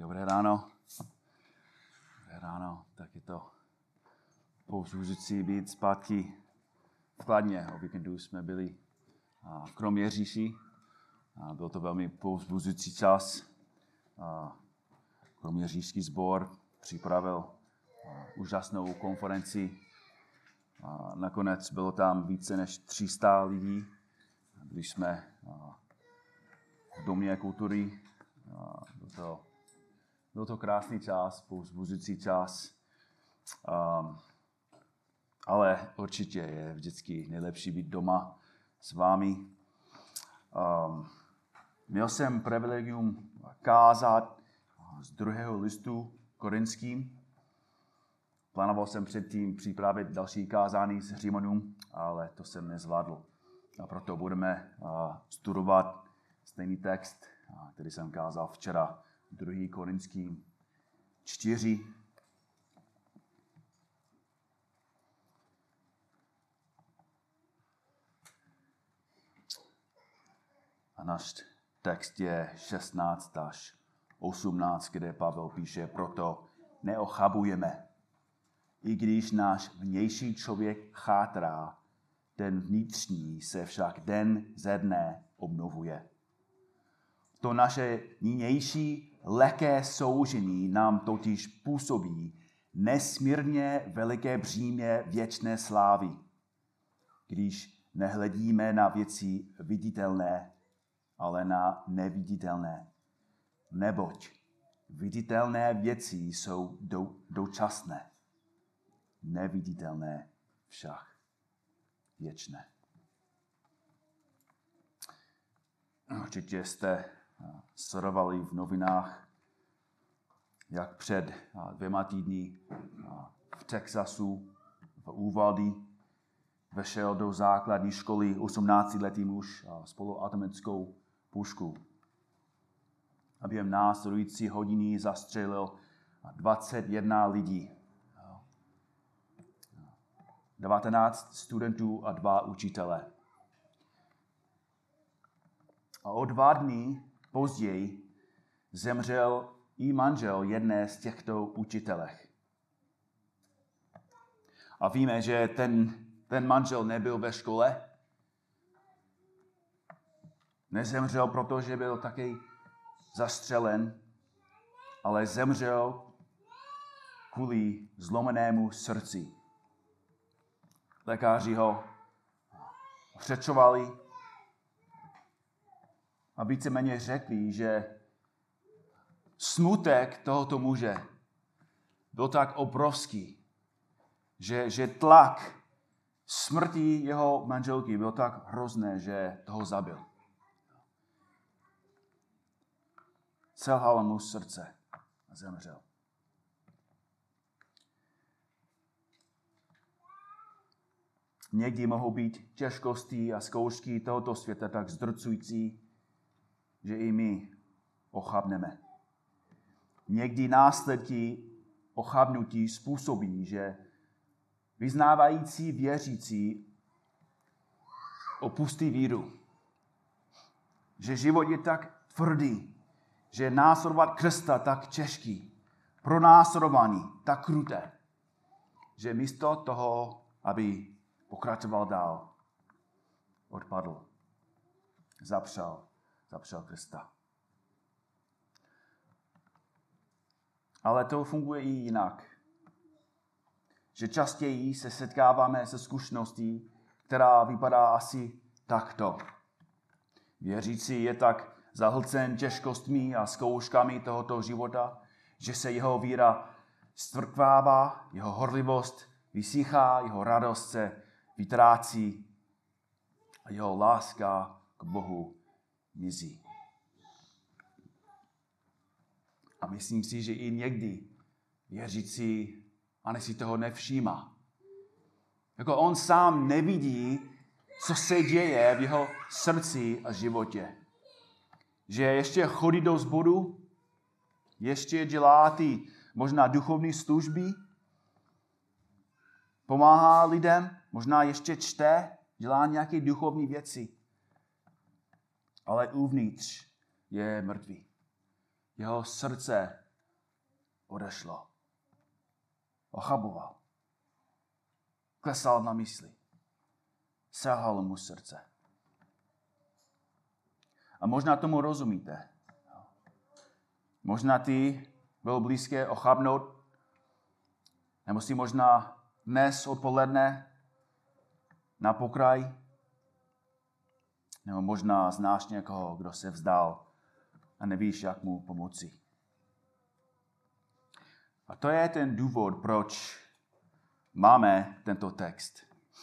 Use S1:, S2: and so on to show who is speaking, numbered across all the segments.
S1: Dobré ráno. Dobré ráno. Tak je to povzbuzující být zpátky v Kladně. O víkendu jsme byli v Kroměříži. Byl to velmi povzbuzující čas. Kroměřížský sbor připravil úžasnou konferenci. Nakonec bylo tam více než 300 lidí. Byli jsme v Domě kultury. Byl to krásný čas, povzbuzující čas, ale určitě je vždycky nejlepší být doma s vámi. Měl jsem privilegium kázat z 2. listu Korinským. Plánoval jsem předtím připravit další kázání s Římanům, ale to jsem nezvládl. A proto budeme studovat stejný text, který jsem kázal včera, 2. Korinským 4. A náš text je 16 až 18, kde Pavel píše: proto neochabujeme. I když náš vnější člověk chátrá, ten vnitřní se však den ze dne obnovuje. To naše nynější lehké soužení nám totiž působí nesmírně veliké břímě věčné slávy, když nehledíme na věci viditelné, ale na neviditelné. Neboť viditelné věci jsou dočasné, neviditelné však věčné. Určitě jste sledovali v novinách, jak před 2 týdny v Texasu, v Uvalde, vešel do základní školy 18letý muž s poloautomatickou pušku. A během následující hodiny zastřelil 21 lidí. 19 studentů a 2 učitele. A o 2 dny později zemřel i manžel jedné z těchto učitelek. A víme, že ten manžel nebyl ve škole. Nezemřel, protože byl taky zastřelen, ale zemřel kvůli zlomenému srdci. Lékaři ho ošetřovali a víceméně řekli, že smutek tohoto muže byl tak obrovský, že tlak smrti jeho manželky byl tak hrozný, že toho zabil. Selhalo mu srdce a zemřel. Někdy mohou být těžkosti a zkoušky tohoto světa tak zdrcující, že i my ochabneme. Někdy následky ochabnutí způsobí, že vyznávající věřící opustí víru. Že život je tak tvrdý, že následovat Krista tak těžký, pronásledování tak kruté, že místo toho, aby pokračoval dál, odpadl, zapřel Krista. Ale to funguje i jinak. Že častěji se setkáváme se zkušeností, která vypadá asi takto. Věřící je tak zahlcen těžkostmi a zkouškami tohoto života, že se jeho víra stvrkvává, jeho horlivost vysychá, jeho radost se vytrácí a jeho láska k Bohu mizí. A myslím si, že i někdy věřící ani si toho nevšímá. Jako on sám nevidí, co se děje v jeho srdci a životě. Že ještě chodí do sboru, ještě dělá ty možná duchovní služby, pomáhá lidem, možná ještě čte, dělá nějaké duchovní věci. Ale uvnitř je mrtvý. Jeho srdce odešlo. Ochaboval. Klesal na mysli. Selhalo mu srdce. A možná tomu rozumíte. Možná ty bylo blízké ochabnout, nebo si možná dnes odpoledne na pokraj, nebo možná znáš někoho, kdo se vzdal a nevíš, jak mu pomoci. A to je ten důvod, proč máme tento text.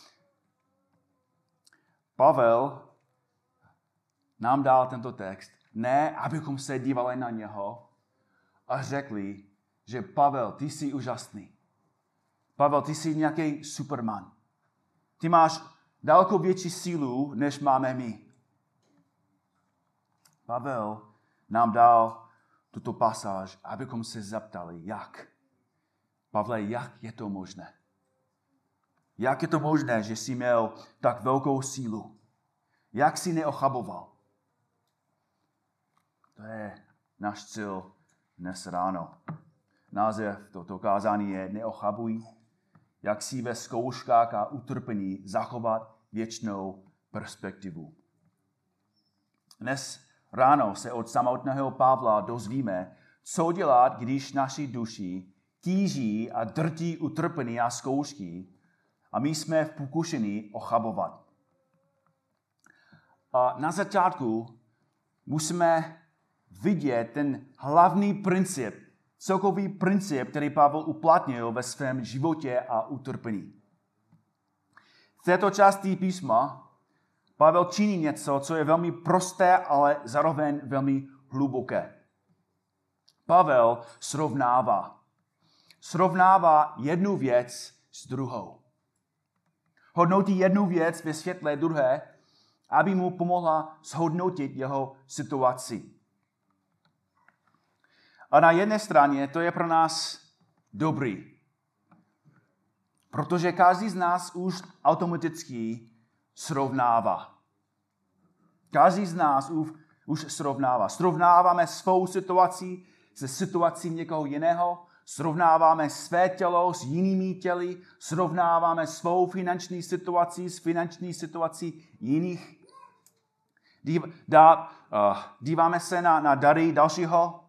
S1: Pavel nám dal tento text, ne abychom se dívali na něho a řekli, že Pavel, ty jsi úžasný. Pavel, ty jsi nějaký superman. Ty máš daleko větší sílu, než máme my. Pavel nám dal tuto pasáž, abychom se zeptali, jak. Pavle, jak je to možné? Jak je to možné, že jsi měl tak velkou sílu? Jak jsi neochaboval? To je náš cíl dnes ráno. Název tohoto kázání je Neochabuj, jak si ve zkouškách a utrpení zachovat věčnou perspektivu. Dnes ráno se od samotného Pavla dozvíme, co dělat, když naši duši tíží a drtí utrpení a zkoušky a my jsme v pokušení ochabovat. A na začátku musíme vidět ten hlavní princip, celkový princip, který Pavel uplatnil ve svém životě a utrpení. V této části písma Pavel činí něco, co je velmi prosté, ale zároveň velmi hluboké. Pavel srovnává jednu věc s druhou. Hodnotí jednu věc ve světle druhé, aby mu pomohla zhodnotit jeho situaci. A na jedné straně to je pro nás dobrý. Protože každý z nás už automaticky srovnává. Každý z nás už srovnává. Srovnáváme svou situaci se situací někoho jiného, srovnáváme své tělo s jinými těly, srovnáváme svou finanční situaci s finanční situací jiných. Díváme se na dary dalšího.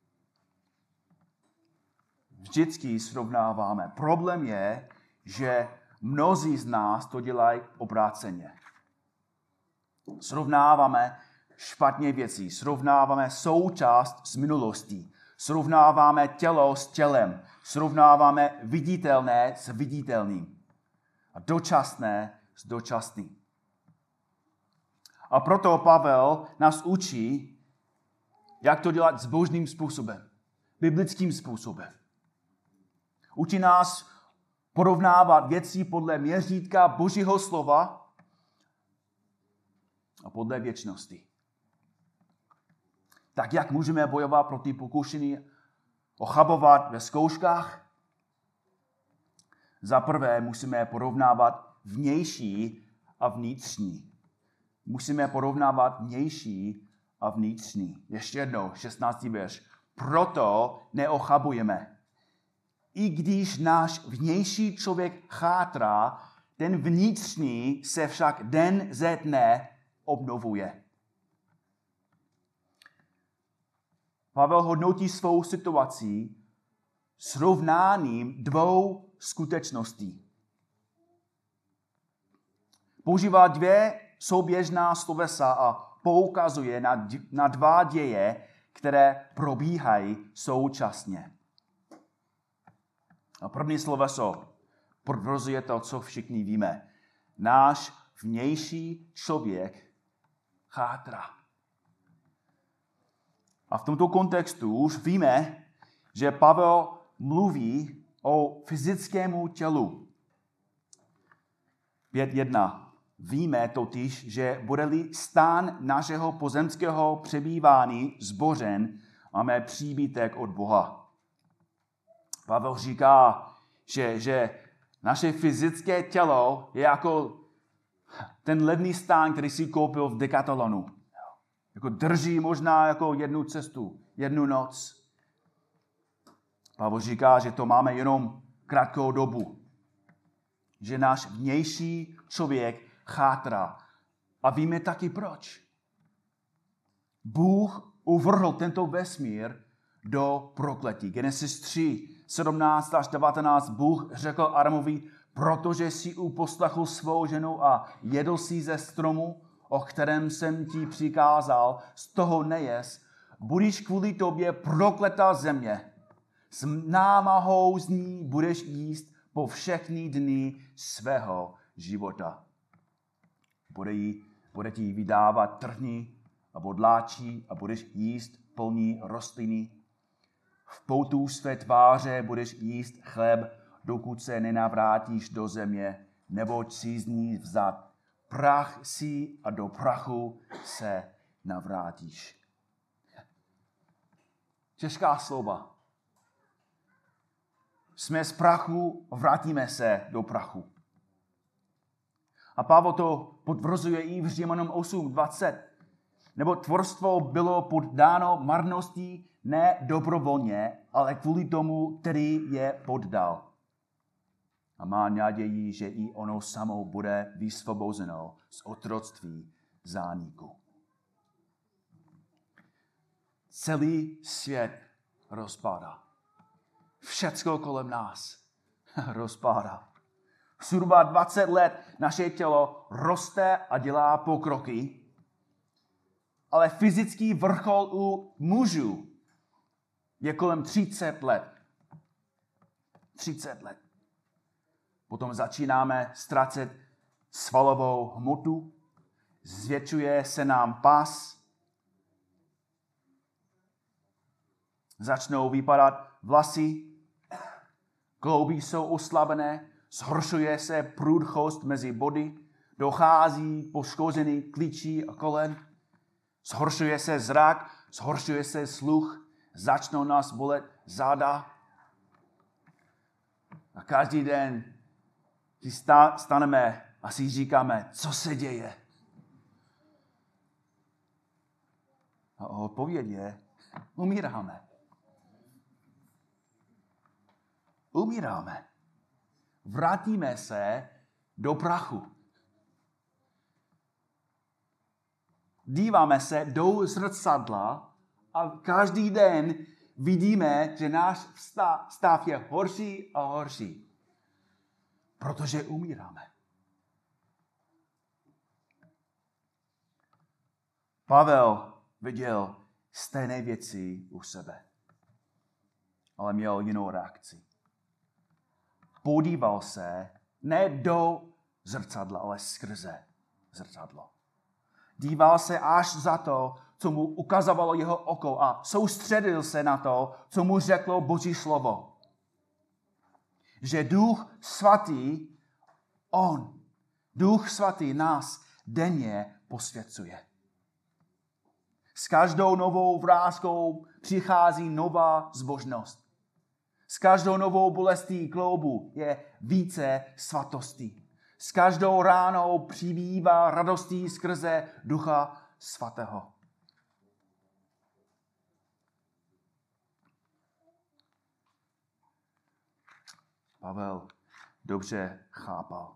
S1: Vždycky srovnáváme. Problém je, že mnozí z nás to dělají obráceně. Srovnáváme špatně věci, srovnáváme součást s minulostí, srovnáváme tělo s tělem, srovnáváme viditelné s viditelným a dočasné s dočasným. A proto Pavel nás učí, jak to dělat zbožným způsobem, biblickým způsobem. Učí nás porovnávat věci podle měřítka Božího slova a podle věčnosti. Tak jak můžeme bojovat proti pokušení ochabovat ve zkouškách? Za prvé musíme porovnávat vnější a vnitřní. Musíme porovnávat vnější a vnitřní. Ještě jednou, 16. verš. Proto neochabujeme. I když náš vnější člověk chátrá, ten vnitřní se však den ze dne obnovuje. Pavel hodnotí svou situaci srovnáním dvou skutečností. Používá dvě souběžná slovesa a poukazuje na dva děje, které probíhají současně. A první sloveso potvrzuje to, co všichni víme. Náš vnější člověk chátrá. A v tomto kontextu už víme, že Pavel mluví o fyzickému tělu. 5.1. Víme totiž, že bude-li stán našeho pozemského přebývání zbořen, máme příbytek od Boha. Pavel říká, že naše fyzické tělo je jako ten levný stán, který si koupil v Decathlonu. Jako drží možná jako jednu cestu, jednu noc. Pavel říká, že to máme jenom krátkou dobu. Že náš vnější člověk chátrá. A víme taky proč. Bůh uvrhl tento vesmír do prokletí. Genesis 3, 17 až 19 Bůh řekl Adamovi, protože jsi uposlechl svou ženu a jedl si ze stromu, o kterém jsem ti přikázal, z toho nejes, budeš kvůli tobě prokletá země. S námahou z ní budeš jíst po všechny dny svého života. Bude ti vydávat trhny a bodláčí a budeš jíst polní rostliny. V poutu své tváře budeš jíst chléb, dokud se nenavrátíš do země, neboť jsi z ní vzat. Prach si a do prachu se navrátíš. Těžká slova. Jsme z prachu, vrátíme se do prachu. A Pavel to potvrzuje i v Římanům 8:20. Nebo tvorstvo bylo poddáno marností ne dobrovolně, ale kvůli tomu, který je poddal. A má naději, že i ono samo bude vysvobozeno z otroctví zániku. Celý svět rozpadá. Všecko kolem nás rozpadá. Zhruba 20 let naše tělo roste a dělá pokroky, ale fyzický vrchol u mužů je kolem 30 let. 30 let. Potom začínáme ztrácet svalovou hmotu, zvětšuje se nám pas, začnou vypadat vlasy, klouby jsou oslabené, zhoršuje se prudkost mezi body, dochází poškozený klíčí a kolen, zhoršuje se zrak, zhoršuje se sluch, začnou nás bolet záda. A každý den si staneme a si říkáme, co se děje. A odpověď je, umíráme. Umíráme. Vrátíme se do prachu. Díváme se do zrcadla a každý den vidíme, že náš stav je horší a horší. Protože umíráme. Pavel viděl stejné věci u sebe, ale měl jinou reakci. Podíval se ne do zrcadla, ale skrze zrcadlo. Díval se až za to, co mu ukazovalo jeho oko a soustředil se na to, co mu řeklo Boží slovo. Že Duch Svatý, Duch Svatý nás denně posvěcuje. S každou novou vráskou přichází nová zbožnost. S každou novou bolestí kloubu je více svatosti. S každou ránou přibývá radostí skrze Ducha Svatého. Pavel dobře chápal,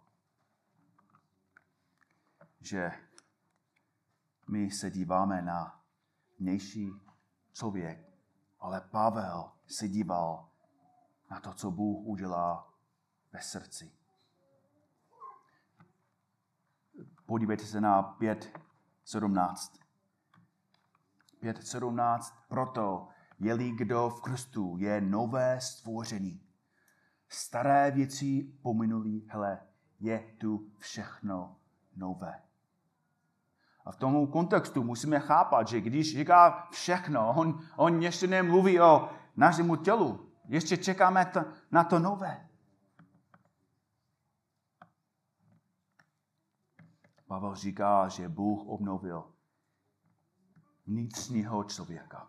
S1: že my se díváme na vnější člověk, ale Pavel se díval na to, co Bůh udělá ve srdci. Podívejte se na 5:17. 5:17. Proto, je-li kdo v Kristu, je nové stvoření. Staré věci pominulý, hele, je tu všechno nové. A v tomu kontextu musíme chápat, že když říká všechno, on ještě nemluví o našemu tělu. Ještě čekáme na to nové. Pavel říká, že Bůh obnovil vnitřního člověka.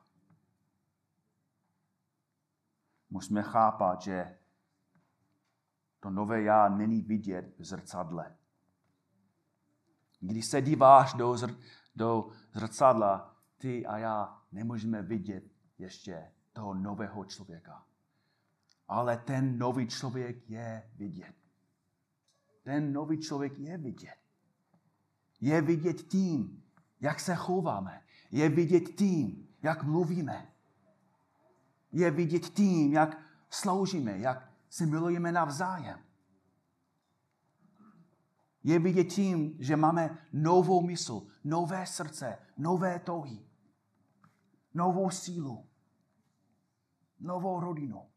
S1: Musíme chápat, že to nové já není vidět v zrcadle. Když se díváš do zrcadla, ty a já nemůžeme vidět ještě toho nového člověka. ale ten nový člověk je vidět. Ten nový člověk je vidět. Je vidět tím, jak se chováme. Je vidět tím, jak mluvíme. Je vidět tím, jak sloužíme, jak se milujeme navzájem. Je vidět tím, že máme novou mysl, nové srdce, nové touhy, novou sílu, novou rodinu.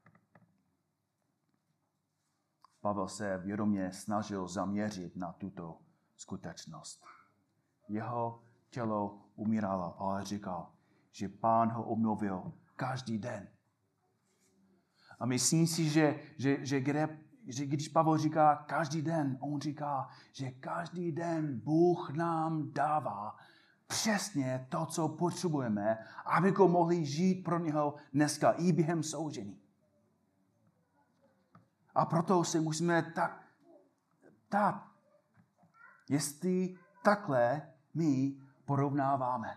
S1: Pavel se vědomě snažil zaměřit na tuto skutečnost. Jeho tělo umíralo, ale říkal, že Pán ho obnovil každý den. A myslím si, že když Pavel říká každý den, on říká, že každý den Bůh nám dává přesně to, co potřebujeme, abychom mohli žít pro něho dneska i během soužení. A proto se musíme tak ptát, jestli takhle my porovnáváme.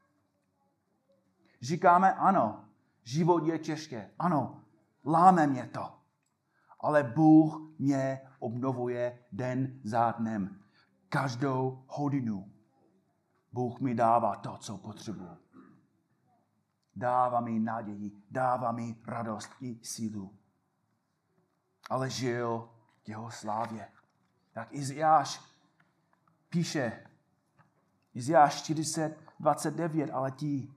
S1: Říkáme ano, život je těžké, ano, láme mě to, ale Bůh mě obnovuje den za dnem, každou hodinu. Bůh mi dává to, co potřebuji. Dává mi naději, dává mi radost i sílu. Ale žil v jeho slávě. Tak Izajáš píše, Izajáš 40:29, ale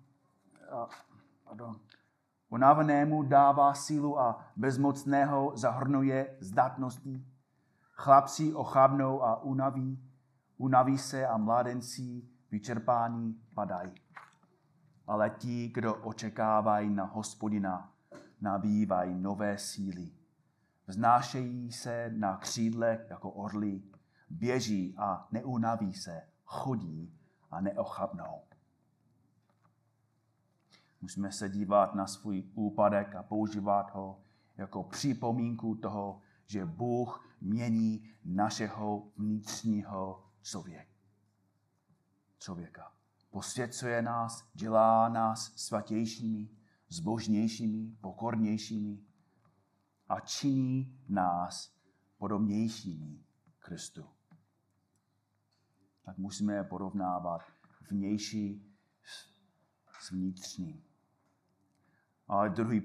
S1: unavenému dává sílu a bezmocného zahrnuje zdatností. Chlapci ochabnou a unaví se a mládenci vyčerpání padají. Ale ti, kdo očekávají na Hospodina, nabývají nové síly. Vznášejí se na křídlech jako orly, běží a neunaví se, chodí a neochabnou. Musíme se dívat na svůj úpadek a používat ho jako připomínku toho, že Bůh mění našeho vnitřního člověka. Posvěcuje nás, dělá nás svatějšími, zbožnějšími, pokornějšími a činí nás podobnějšími Kristu. Tak musíme porovnávat vnější s vnitřním. Ale druhý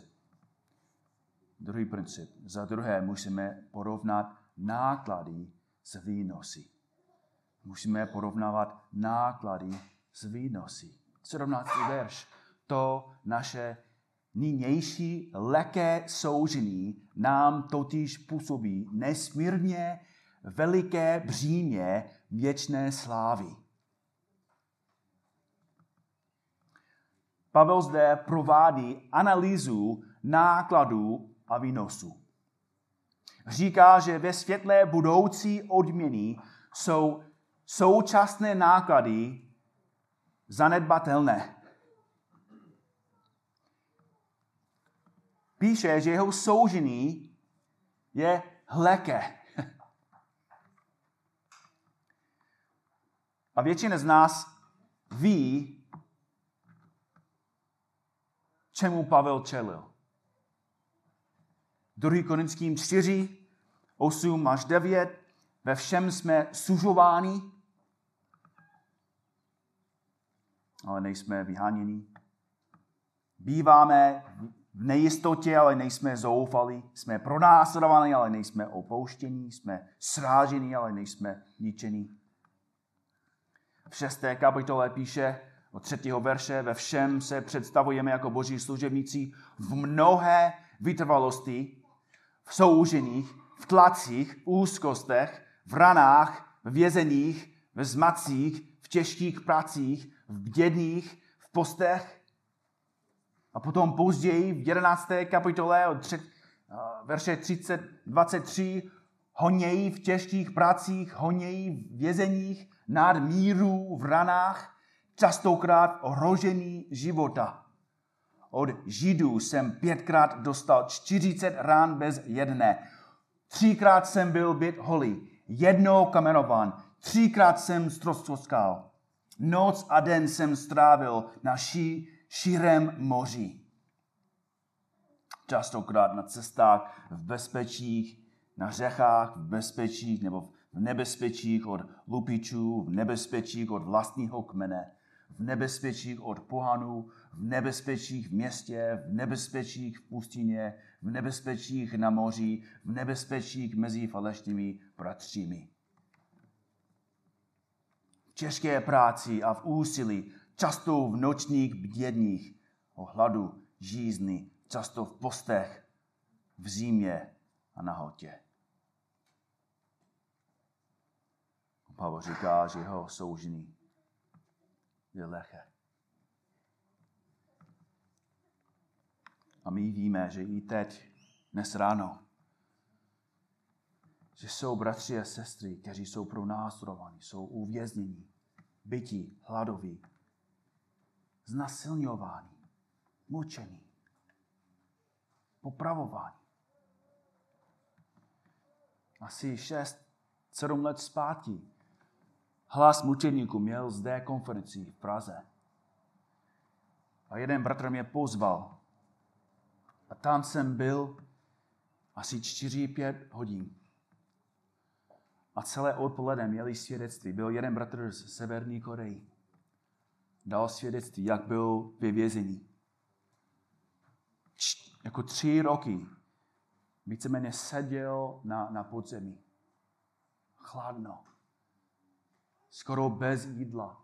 S1: princip. Za druhé musíme porovnat náklady s výnosy. Musíme porovnávat náklady s výnosy. 17. verš. To naše nynější lehké soužení nám totiž působí nesmírně veliké břímě věčné slávy. Pavel zde provádí analýzu nákladů a výnosů. Říká, že ve světle budoucí odměny jsou současné náklady zanedbatelné. Píše, že jeho soužení je lehké. A většina z nás ví, čemu Pavel čelil. 2. Korinským 4, 8 až 9, ve všem jsme sužováni, ale nejsme vyháněni. Býváme v nejistotě, ale nejsme zoufalí. Jsme pronásledovaní, ale nejsme opouštění. Jsme sráženi, ale nejsme ničení. V 6. kapitole píše od 3. verše, ve všem se představujeme jako boží služebníci v mnohé vytrvalosti, v souženích, v tlacích, v úzkostech, v ranách, v vězeních, v zmatcích, v těžkých pracích, v bdědných, v postech. A potom později v 11. kapitole od verše 23 honějí v těžkých pracích, honějí v vězeních, nad míru v ranách, častokrát ohrožení života. Od Židů jsem 5krát dostal 40 ran bez jedné. 3krát jsem byl bit holý, 1 kamenován, 3krát jsem ztroskotal. Noc a den jsem strávil na širém moři. Častokrát na cestách, v bezpečích, na řekách, v bezpečích nebo v nebezpečích od lupičů, v nebezpečích od vlastního kmene, v nebezpečích od pohanů, v nebezpečích v městě, v nebezpečích v pustině, v nebezpečích na moři, v nebezpečích mezi falešnými bratřími. V těžké práci a v úsilí, často v nočních bděních, o hladu, žízny, často v postech, v zimě a nahotě. Pavel říká, že jeho soužení je lehké. A my víme, že i teď, dnes ráno, že jsou bratři a sestry, kteří jsou pronásledovaní, jsou uvězněni, bytí, hladoví, znasilňováni, mučení, popravováni. Asi 6-7 let zpátky Hlas mučeníků měl zde konferenci v Praze. A jeden bratr mě pozval. A tam jsem byl asi 4-5 hodin. A celé odpoledne měli svědectví. Byl jeden bratr z Severní Koreji. Dal svědectví, jak byl ve vězení. Jako 3 roky víceméně seděl na podzemí. Chladno. Skoro bez jídla.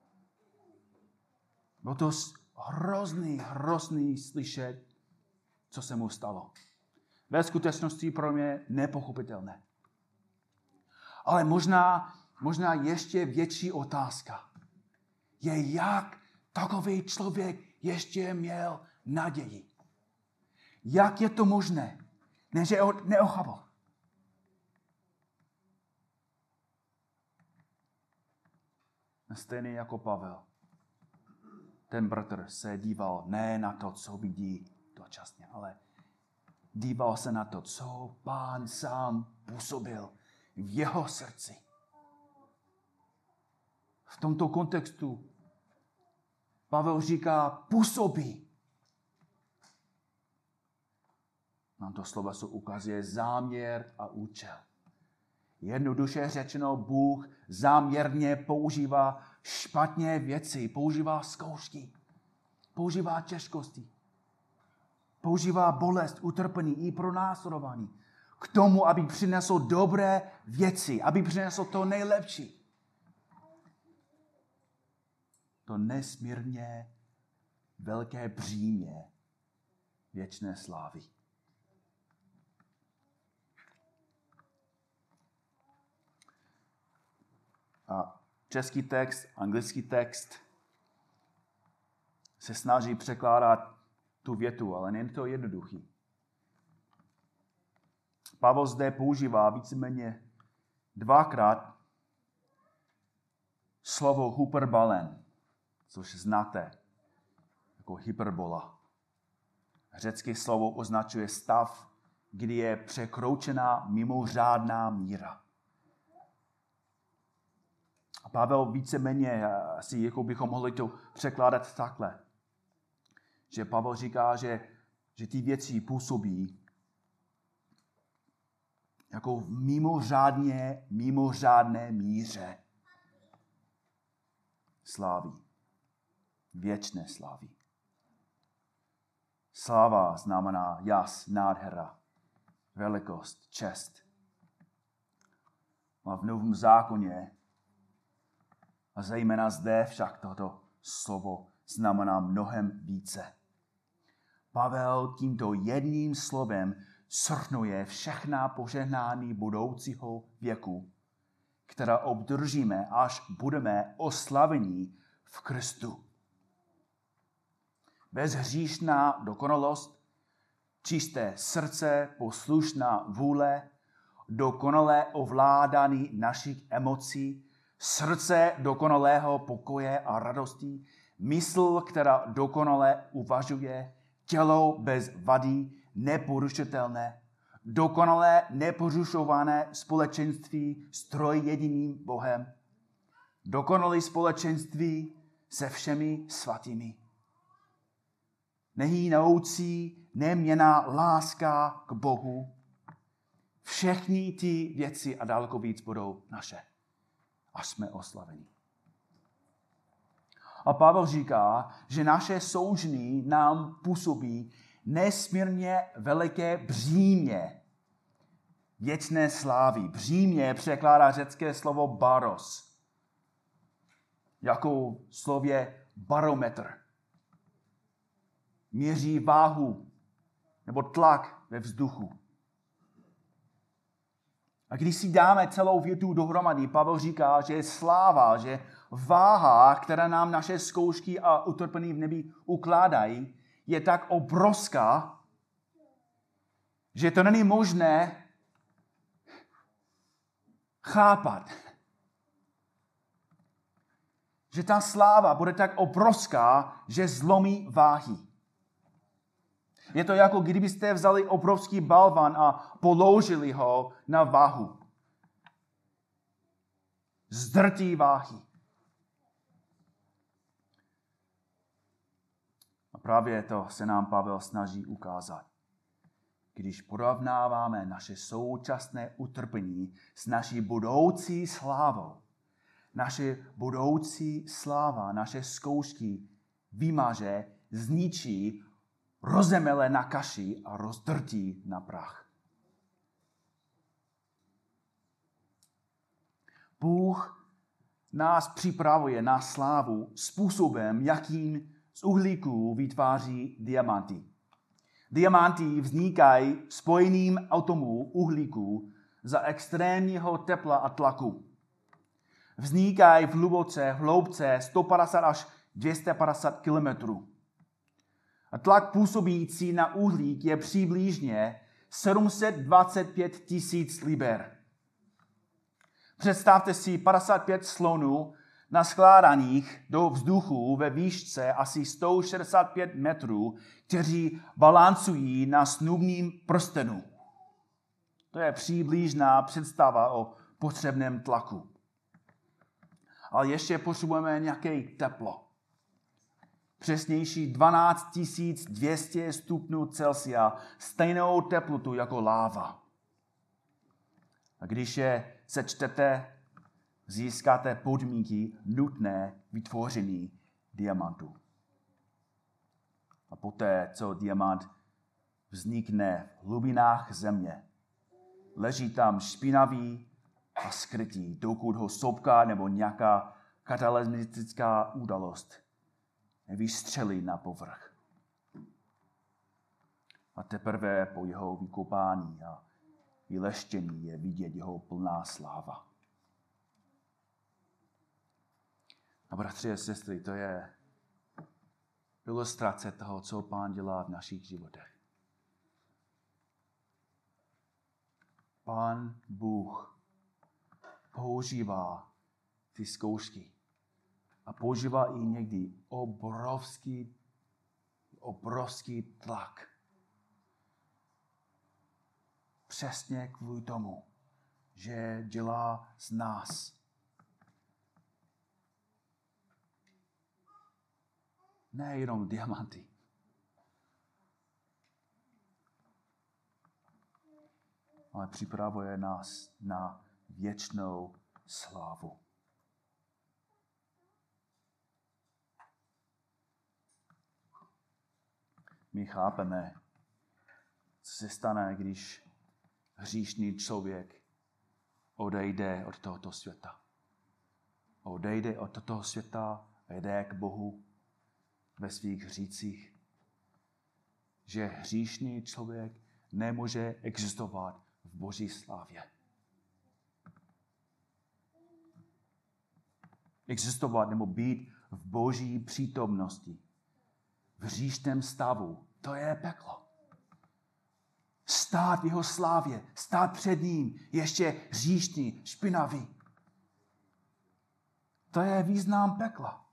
S1: Bylo to hrozný slyšet, co se mu stalo. Ve skutečnosti pro mě nepochopitelné. Ale možná ještě větší otázka je, jak takový člověk ještě měl naději. Jak je to možné, než neochabal? Stejně jako Pavel. Ten bratr se díval ne na to, co vidí dočasně, ale díval se na to, co Pán sám působil v jeho srdci. V tomto kontextu Pavel říká působí. Nám to slovo se ukazuje záměr a účel. Jednoduše řečeno, Bůh záměrně používá špatné věci, používá zkoušky, používá těžkosti, používá bolest, utrpení i pronásledování k tomu, aby přinesl dobré věci, aby přinesl to nejlepší. To nesmírně velké břímě věčné slávy. A český text, anglický text se snaží překládat tu větu, ale není to jednoduchý. Pavel zde používá víceméně 2krát slovo hyperbalen, což znáte jako hyperbola. Řecké slovo označuje stav, kdy je překročena mimořádná míra. A Pavel víceméně, asi jako bychom mohli to překládat takhle, že Pavel říká, že ty věci působí jako v mimořádné míře slávy. Věčné slávy. Sláva znamená jas, nádhera, velikost, čest. A v Novém zákoně a zejména zde však toto slovo znamená mnohem více. Pavel tímto jedním slovem shrnuje všechna požehnání budoucího věku, která obdržíme, až budeme oslaveni v Kristu. Bezhříšná dokonalost, čisté srdce, poslušná vůle, dokonalé ovládání našich emocí, srdce dokonalého pokoje a radosti, mysl, která dokonale uvažuje, tělo bez vady, neporušitelné, dokonalé neporušované společenství s trojjediným Bohem, dokonalé společenství se všemi svatými. Nehynoucí, neměnná láska k Bohu, všechny ty věci a daleko víc budou naše. A jsme oslaveni. A Pavel říká, že naše soužení nám působí nesmírně veliké břímě věčné slávy. Břímě překládá řecké slovo baros, jako slově barometr. Měří váhu nebo tlak ve vzduchu. A když si dáme celou větu dohromady, Pavel říká, že je sláva, že váha, která nám naše zkoušky a utrpení v nebi ukládají, je tak obrovská, že to není možné chápat. Že ta sláva bude tak obrovská, že zlomí váhy. Je to jako kdybyste vzali obrovský balvan a položili ho na váhu. Zdrtí váhy. A právě to se nám Pavel snaží ukázat. Když porovnáváme naše současné utrpení s naší budoucí slávou, naše budoucí sláva, naše zkoušky vymaže, zničí, rozemele na kaši a rozdrtí na prach. Bůh nás připravuje na slávu způsobem, jakým z uhlíku vytváří diamanty. Diamanty vznikají spojením atomů uhlíku za extrémního tepla a tlaku. Vznikají v hloubce 150 až 250 kilometrů. A tlak působící na uhlík je přibližně 725 000 liber. Představte si 55 slonů naskládaných do vzduchu ve výšce asi 165 metrů, kteří balancují na snubním prstenu. To je přibližná představa o potřebném tlaku. Ale ještě potřebujeme nějaké teplo. Přesnější 12 200 stupňů Celsia, stejnou teplotu jako láva. A když je sečtete, získáte podmínky nutné k vytvoření diamantu. A poté, co diamant vznikne v hlubinách země, leží tam špinavý a skrytý, dokud ho sopka nebo nějaká katalytická událost nevystřelí na povrch. A teprve po jeho vykopání a vyleštění je vidět jeho plná sláva. A bratři a sestry, to je ilustrace toho, co Pán dělá v našich životech. Pán Bůh používá ty zkoušky a používá i někdy obrovský tlak. Přesně kvůli tomu, že dělá z nás nejenom diamanty, ale připravuje nás na věčnou slávu. My chápeme, co se stane, když hříšný člověk odejde od tohoto světa. Odejde od tohoto světa a jde k Bohu ve svých hřících. Že hříšný člověk nemůže existovat v Boží slávě. Existovat nebo být v Boží přítomnosti. V hříšném stavu. To je peklo. Stát v jeho slávě. Stát před ním. Ještě hříšný, špinavý. To je význam pekla.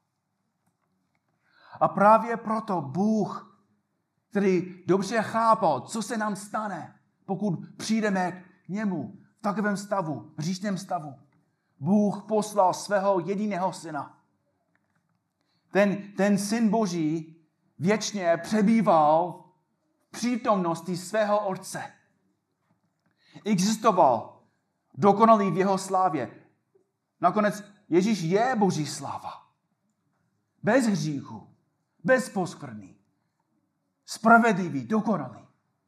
S1: A právě proto Bůh, který dobře chápal, co se nám stane, pokud přijdeme k němu v takovém stavu, v hříšném stavu. Bůh poslal svého jediného syna. Ten syn Boží věčně přebýval přítomnosti svého Otce. Existoval dokonalý v jeho slávě. Nakonec Ježíš je Boží sláva. Bez hříchu, bez poskvrny. Spravedlivý, dokonalý.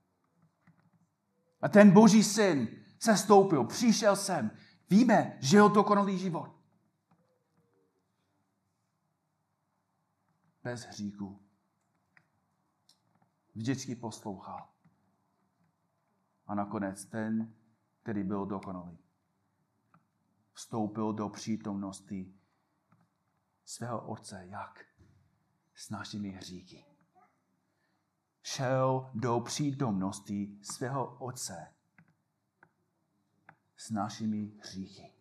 S1: A ten Boží syn se stoupil, přišel sem. Víme, žil dokonalý život. Bez hříchu. Vždycky poslouchal. A nakonec ten, který byl dokonalý, vstoupil do přítomnosti svého Otce. Jak? S našimi hříchy. Šel do přítomnosti svého Otce s našimi hříchy.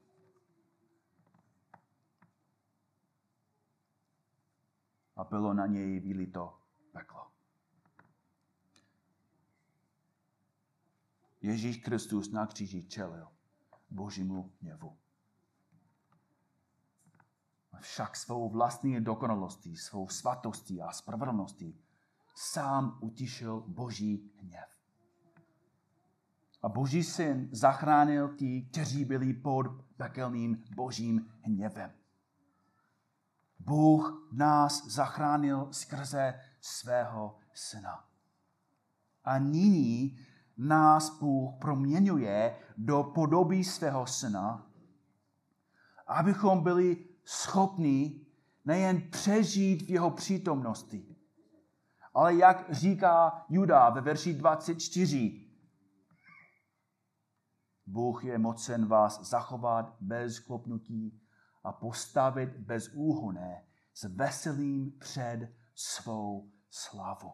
S1: A bylo na něj vylito peklo. Ježíš Kristus na kříži čelil Božímu hněvu. Však svou vlastní dokonalostí, svou svatostí a spravedlností sám utišil Boží hněv. A Boží syn zachránil ty, kteří byli pod pekelným Božím hněvem. Bůh nás zachránil skrze svého syna. A nyní nás Bůh proměňuje do podoby svého syna, abychom byli schopni nejen přežít v jeho přítomnosti, ale jak říká Juda ve verši 24, Bůh je mocen vás zachovat bez klopnutí a postavit bezúhonné s veselým před svou slavu.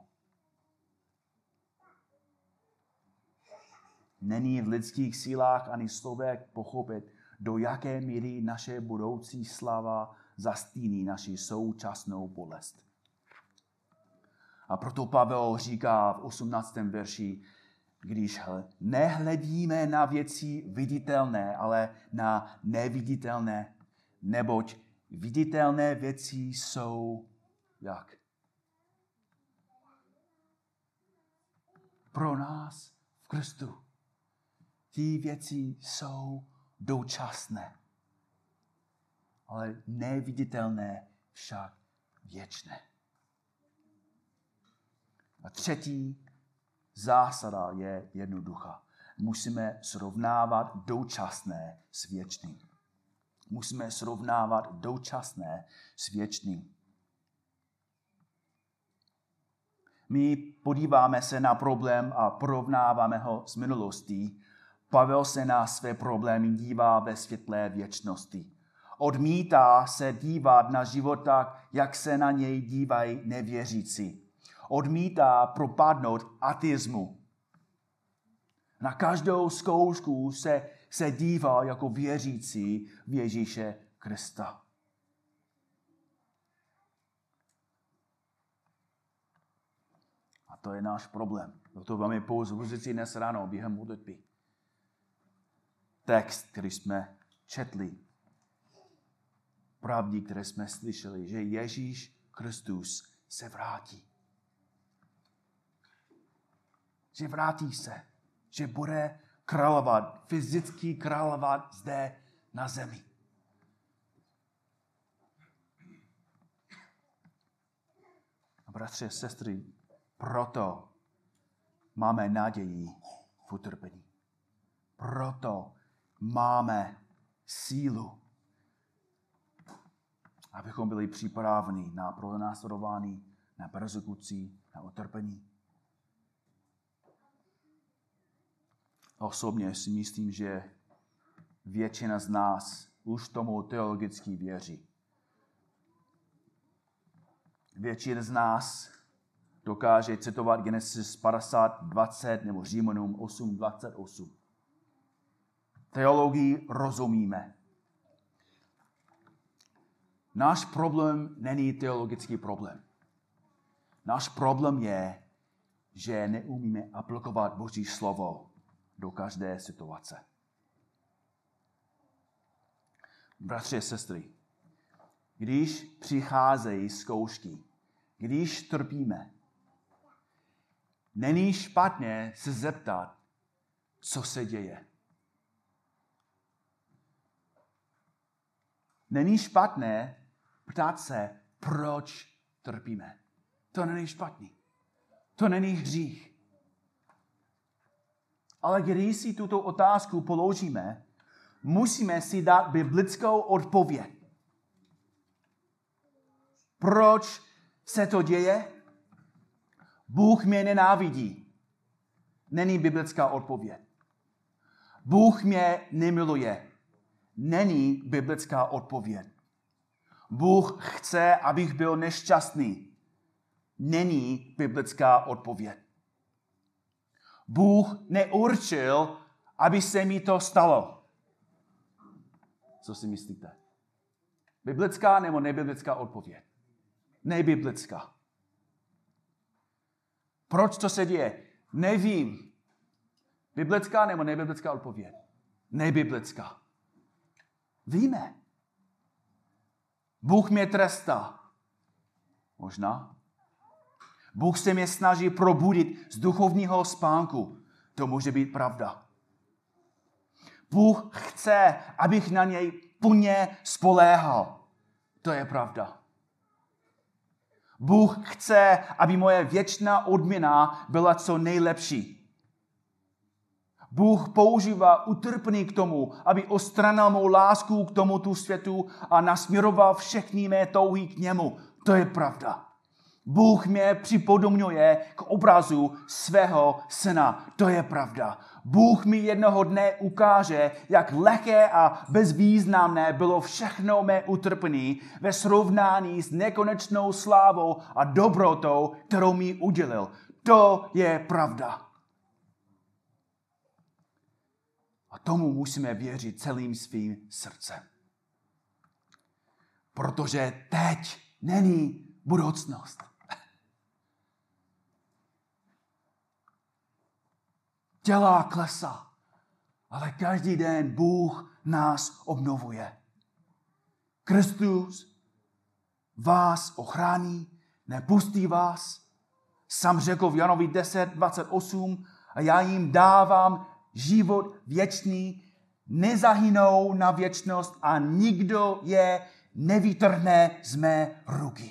S1: Není v lidských sílách ani slovech pochopit, do jaké míry naše budoucí slava zastíní naši současnou bolest. A proto Pavel říká v 18. verši, když nehledíme na věci viditelné, ale na neviditelné, neboť viditelné věci jsou jak? Pro nás v Kristu. Ty věci jsou dočasné, ale neviditelné však věčné. A třetí zásada je jednoduchá. Musíme srovnávat dočasné s věčným. Musíme srovnávat dočasné s věčným. My podíváme se na problém a porovnáváme ho s minulostí. Pavel se na své problémy dívá ve světle věčnosti. Odmítá se dívat na život tak, jak se na něj dívají nevěřící. Odmítá propadnout ateismu. Na každou zkoušku se dívá jako věřící v Ježíše Krista. A to je náš problém. To vám je povzbudit dnes ráno během modlitby. Text, který jsme četli, pravdy, které jsme slyšeli, že Ježíš Kristus se vrátí. Že vrátí se, že bude královat, fyzicky královat zde na zemi. A bratři a sestry, proto máme naději v utrpení. Proto máme sílu, abychom byli připraveni na pronásledování, na persekuci, na utrpení. Osobně si myslím, že většina z nás už tomu teologicky věří. Většina z nás dokáže citovat Genesis 50:20 nebo Římanům 8:28. Teologii rozumíme. Náš problém není teologický problém. Náš problém je, že neumíme aplikovat Boží slovo do každé situace. Bratři a sestry, když přicházejí zkoušky, když trpíme, Není špatné se zeptat, co se děje. Není špatné ptát se, proč trpíme. To není špatný. To není hřích. Ale když si tuto otázku položíme, musíme si dát biblickou odpověď. Proč se to děje? Bůh mě nenávidí. Není biblická odpověď. Bůh mě nemiluje. Není biblická odpověď. Bůh chce, abych byl nešťastný. Není biblická odpověď. Bůh neurčil, aby se mi to stalo. Co si myslíte? Biblická nebo nebiblická odpověď? Nebiblická. Proč to se děje? Nevím. Biblická nebo nebiblická odpověď? Nebiblická. Víme. Bůh mě trestá. Možná. Bůh se mě snaží probudit z duchovního spánku. To může být pravda. Bůh chce, abych na něj plně spoléhal. To je pravda. Bůh chce, aby moje věčná odměna byla co nejlepší. Bůh používá utrpení k tomu, aby odstranil mou lásku k tomuto světu a nasměroval všechny mé touhy k němu. To je pravda. Bůh mě připodobňuje k obrazu svého syna. To je pravda. Bůh mi jednoho dne ukáže, jak lehké a bezvýznamné bylo všechno mé utrpení ve srovnání s nekonečnou slávou a dobrotou, kterou mi udělil. To je pravda. A tomu musíme věřit celým svým srdcem. Protože teď není budoucnost. Těla klesá, ale každý den Bůh nás obnovuje. Kristus vás ochrání, nepustí vás. Sám řekl v Janovi 10:28 a já jim dávám život věčný, nezahynou na věčnost a nikdo je nevytrhne z mé ruky.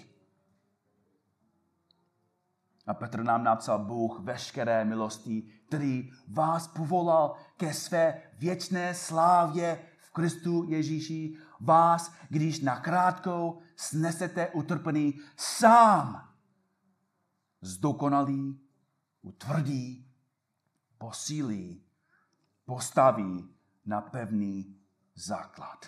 S1: A Petr nám napsal, Bůh veškeré milosti, který vás povolal ke své věčné slávě v Kristu Ježíši, vás, když nakrátko snesete utrpení, sám zdokonalí, utvrdí, posílí, postaví na pevný základ.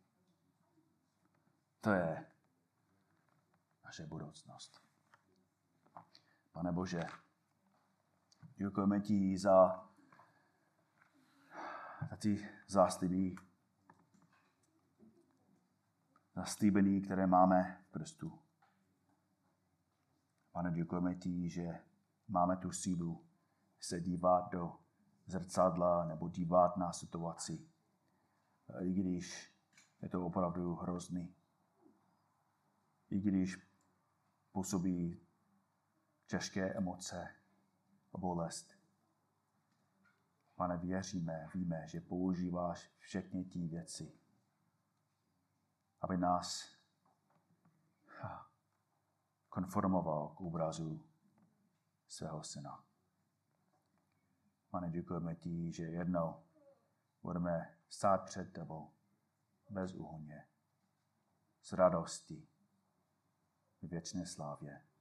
S1: To je naše budoucnost. Pane Bože, děkujeme ti za ty záslibí, za slíbení, které máme v Kristu. Pane, děkujeme ti, že máme tu sílu se dívat do zrcadla nebo dívat na situaci, i když je to opravdu hrozný. I když působí těžké emoce a bolest. Pane, věříme, víme, že používáš všechny ty věci, aby nás konformoval k obrazu svého syna. Pane, děkujeme ti, že jednou budeme stát před tebou bezúhonně, s radostí v věčné slávě.